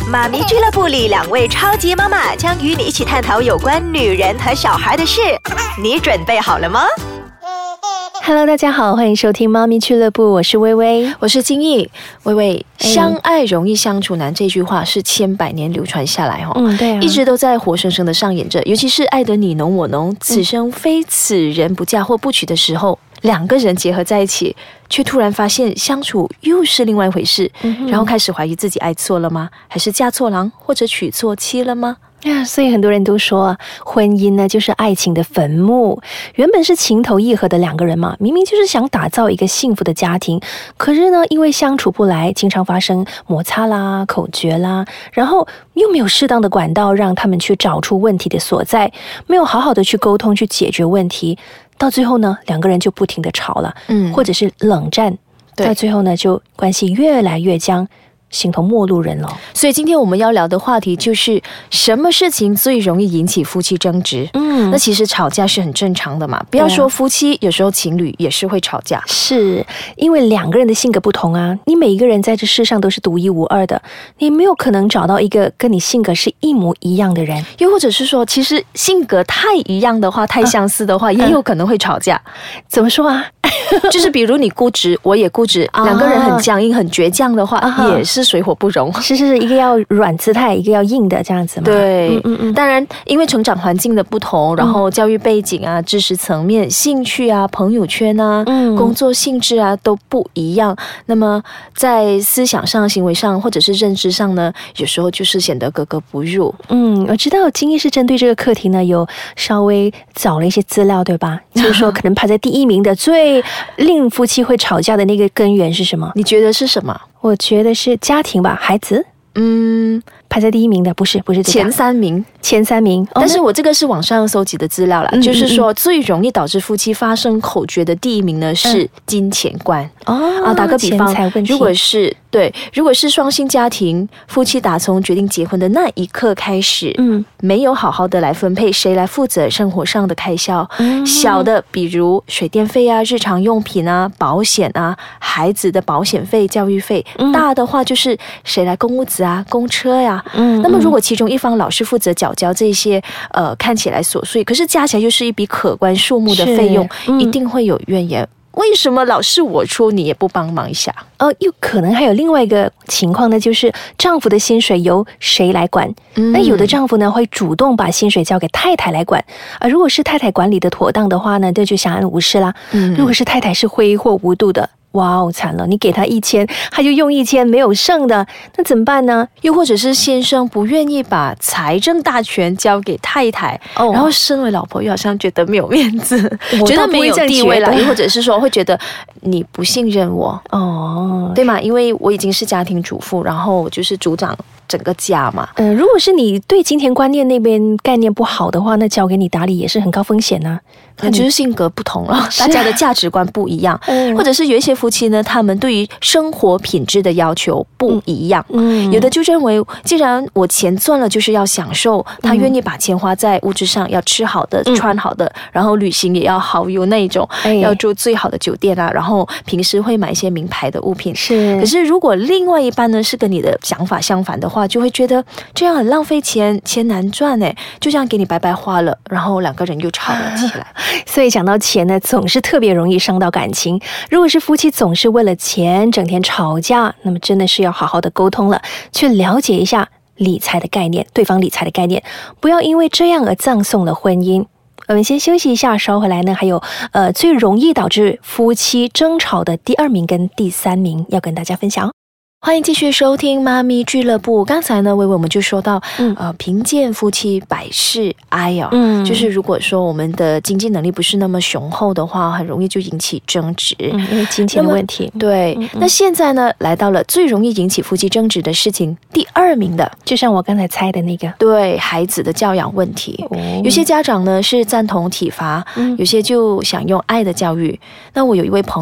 妈咪俱乐部里2位超级妈妈将与你一起探讨有关女人和小孩的事，你准备好了吗？ Hello， 大家好，欢迎收听妈咪俱乐部，我是薇薇， 我是金毅。薇薇，相爱容易相处难这句话是千百年流传下来对啊， 一直都在活生生的上演着。尤其是爱得你侬我侬，此生非此人不嫁或不娶的时候，两个人结合在一起，却突然发现相处又是另外一回事，然后开始怀疑自己爱错了吗？还是嫁错郎或者娶错妻了吗？ 所以很多人都说婚姻呢就是爱情的坟墓，原本是情投意合的两个人嘛，明明就是想打造一个幸福的家庭，可是呢因为相处不来，经常发生摩擦啦、口角啦，然后又没有适当的管道让他们去找出问题的所在，没有好好的去沟通去解决问题，到最后呢两个人就不停的吵了，或者是冷战，到最后呢就关系越来越僵，形同陌路人了。 所以今天我们要聊的话题就是什么事情最容易引起夫妻争执。那其实吵架是很正常的嘛，不要说夫妻，有时候情侣也是会吵架。 是因为两个人的性格不同啊，你每一个人在这世上都是独一无二的，你没有可能找到一个跟你性格是一模一样的人， 又或者是说其实性格太一样的话，太相似的话，也有可能会吵架。 怎么说啊？ 就是比如你固执，我也固执，两个人很僵硬很倔强的话，也是水火不容。 是一个要软姿态，一个要硬的这样子嘛。 对，当然因为成长环境的不同，然后教育背景啊、知识层面、兴趣啊、朋友圈啊、工作性质啊都不一样，那么在思想上、行为上或者是认知上呢，有时候就是显得格格不入。 我知道金毅是针对这个课题呢有稍微找了一些资料，对吧？就是说可能排在第一名的最令夫妻会吵架的那个根源是什么？ 你觉得是什么？ 我觉得是家庭吧，孩子。排在第一名的不是前三名，但是我这个是网上搜集的资料啦，就是说最容易导致夫妻发生口角的第一名呢是金钱观。打个比方，如果是双薪家庭，夫妻打从决定结婚的那一刻开始，没有好好的来分配谁来负责生活上的开销，小的比如水电费啊、日常用品啊、保险啊、孩子的保险费、教育费，大的话就是谁来供屋子啊、供车呀。那么如果其中一方老是负责缴交这些看起来琐碎，可是加起来又是一笔可观数目的费用，一定会有怨言。为什么老是我出，你也不帮忙一下？ 又可能还有另外一个情况呢，就是丈夫的薪水由谁来管？那有的丈夫呢会主动把薪水交给太太来管，如果是太太管理的妥当的话呢，这就相安无事啦。如果是太太是挥霍无度的，哇惨了，你给他1000，他就用1000，没有剩的，那怎么办呢？ 又或者是先生不愿意把财政大权交给太太，然后身为老婆又好像觉得没有面子，觉得没有地位了，又或者是说会觉得你不信任我，对吗？因为我已经是家庭主妇，然后就是主掌整个家嘛。 如果是你对金钱观念那边概念不好的话，那交给你打理也是很高风险啊。 那就是性格不同了，大家的价值观不一样，或者是有一些夫妻呢，他们对于生活品质的要求不一样。有的就认为，既然我钱赚了就是要享受，他愿意把钱花在物质上，要吃好的、穿好的，然后旅行也要好有那种，要住最好的酒店啊，然后平时会买一些名牌的物品。可是如果另外一半呢是跟你的想法相反的话，就会觉得这样很浪费钱，钱难赚就这样给你白白花了，然后两个人又吵了起来。 所以讲到钱呢，总是特别容易伤到感情。如果是夫妻总是为了钱整天吵架，那么真的是要好好的沟通了，去了解一下理财的概念，对方理财的概念，不要因为这样而葬送了婚姻。我们先休息一下，稍回来呢还有最容易导致夫妻争吵的第2名跟第3名要跟大家分享。 欢迎继续收听妈咪俱乐部。刚才呢，薇薇我们就说到，贫贱夫妻百事哀就是如果说我们的经济能力不是那么雄厚的话，很容易就引起争执， 因为金钱的问题。 对，那现在呢，来到了最容易引起夫妻争执的事情第2名的， 就像我刚才猜的那个， 对，孩子的教养问题。有些家长呢是赞同体罚，有些就想用爱的教育。那我有一位朋友，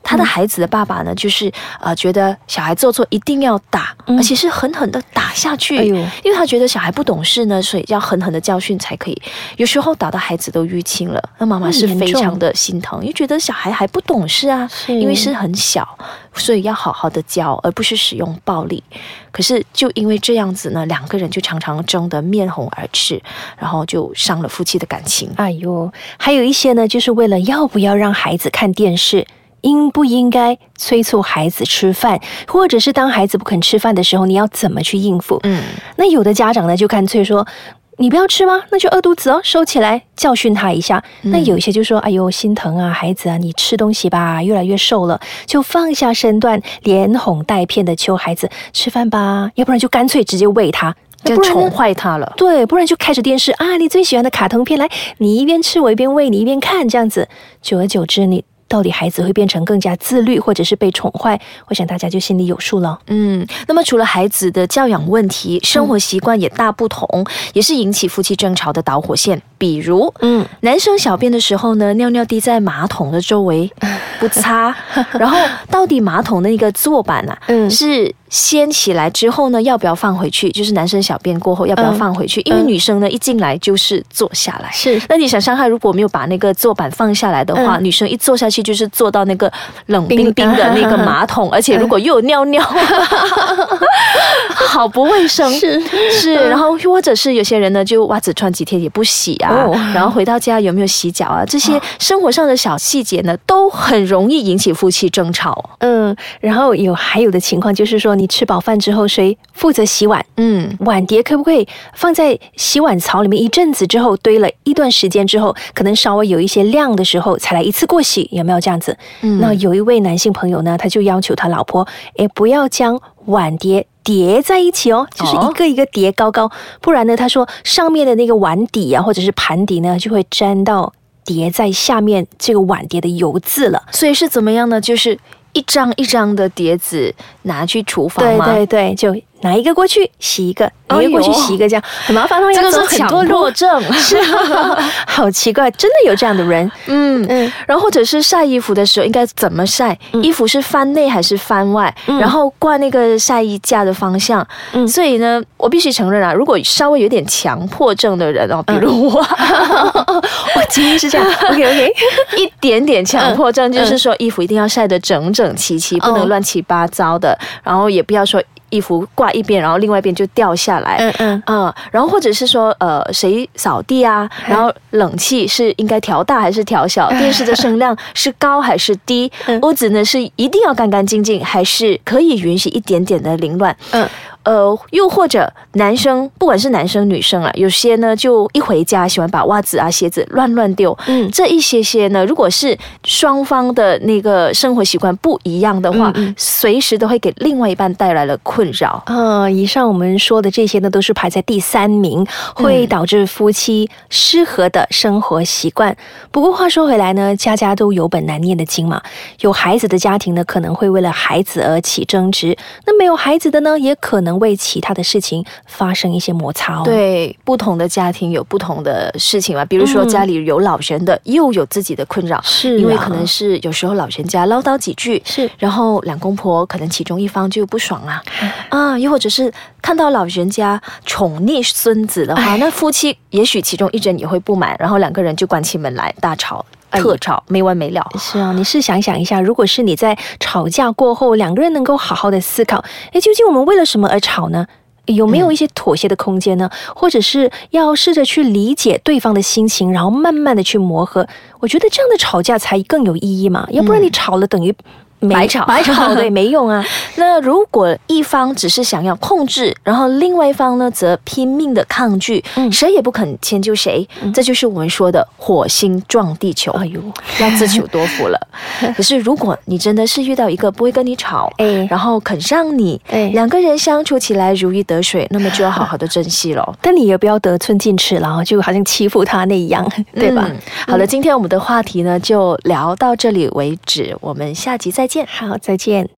他的孩子的爸爸呢，就是觉得小孩做错一定要打，而且是狠狠的打下去，因为他觉得小孩不懂事呢，所以要狠狠的教训才可以。有时候打到孩子都淤青了，那妈妈是非常的心疼，因为觉得小孩还不懂事啊，因为是很小，所以要好好的教，而不是使用暴力。可是就因为这样子呢，两个人就常常争得面红耳赤，然后就伤了夫妻的感情。 哎呦，还有一些呢，就是为了要不要让孩子看电视，应不应该催促孩子吃饭，或者是当孩子不肯吃饭的时候，你要怎么去应付？那有的家长呢，就干脆说，你不要吃吗？那就饿肚子哦，收起来，教训他一下。那有一些就说，哎呦，心疼啊，孩子啊，你吃东西吧，越来越瘦了，就放下身段，连哄带骗的求孩子吃饭吧，要不然就干脆直接喂他。 就宠坏他了， 对，不然就开着电视啊，你最喜欢的卡通片，来，你一边吃我一边喂，你一边看，这样子，久而久之，你到底孩子会变成更加自律，或者是被宠坏？我想大家就心里有数了。 那么除了孩子的教养问题，生活习惯也大不同，也是引起夫妻争吵的导火线。比如，男生小便的时候呢，尿尿滴在马桶的周围不擦，然后到底马桶的那个坐板啊，是掀起来之后呢，要不要放回去？就是男生小便过后要不要放回去？因为女生呢一进来就是坐下来， 是。 那你想象下，如果没有把那个坐板放下来的话，女生一坐下去就是坐到那个冷冰冰的那个马桶，而且如果又有尿尿，好不卫生。是，然后或者是有些人呢，就袜子穿几天也不洗啊，然后回到家有没有洗脚啊？这些生活上的小细节呢，都很容易引起夫妻争吵。 然后还有的情况就是说，你吃饱饭之后，谁负责洗碗？碗碟可不可以放在洗碗槽里面一阵子之后，堆了一段时间之后，可能稍微有一些量的时候，才来一次过洗？有没有这样子？那有一位男性朋友呢，他就要求他老婆，不要将碗碟叠在一起哦，就是一个一个叠高高，不然呢，他说上面的那个碗底啊，或者是盘底呢，就会沾到叠在下面这个碗碟的油渍了。 所以是怎么样呢？就是一张一张的碟子拿去厨房吗？ 对，就拿一个过去洗一个，拿一个过去洗一个，这样很麻烦。 这个是强迫症， 是好奇怪，真的有这样的人。 然后或者是晒衣服的时候应该怎么晒？衣服是翻内还是翻外？然后挂那个晒衣架的方向。所以呢，我必须承认啊，如果稍微有点强迫症的人哦，比如我， 我今天是这样。OK， 一点点强迫症，就是说衣服一定要晒得整整齐齐，不能乱七八糟的，然后也不要说衣服挂一边，然后另外一边就掉下来。然后或者是说谁扫地啊，然后冷气是应该调大还是调小？电视的声量是高还是低？屋子呢是一定要干干净净，还是可以允许一点点的凌乱？又或者男生，不管是男生女生啊，有些呢就一回家喜欢把袜子啊鞋子乱丢。这一些呢，如果是双方的那个生活习惯不一样的话，随时都会给另外一半带来了困扰。 以上我们说的这些呢，都是排在第3名，会导致夫妻失和的生活习惯。不过话说回来呢，家家都有本难念的经嘛。有孩子的家庭呢，可能会为了孩子而起争执；那没有孩子的呢，也可能为其他的事情发生一些摩擦。 对，不同的家庭有不同的事情嘛。比如说家里有老人的，又有自己的困扰，因为可能是有时候老人家唠叨几句，然后两公婆可能其中一方就不爽啊，又或者是看到老人家宠溺孙子的话，那夫妻也许其中一人也会不满，然后两个人就关起门来大吵特吵，没完没了。 是啊，你试想一下，如果是你在吵架过后，两个人能够好好的思考，究竟我们为了什么而吵呢？有没有一些妥协的空间呢？或者是要试着去理解对方的心情，然后慢慢的去磨合？我觉得这样的吵架才更有意义嘛，要不然你吵了等于白吵对，没用啊。 那如果一方只是想要控制，然后另外一方呢则拼命的抗拒，谁也不肯迁就谁，这就是我们说的火星撞地球。要自求多福了。可是如果你真的是遇到一个不会跟你吵，然后肯让你，两个人相处起来如鱼得水，那么就要好好的珍惜了。 但你也不要得寸进尺了，就好像欺负他那样，对吧？ 好了，今天我们的话题呢就聊到这里为止，我们下集再见。 好，再见。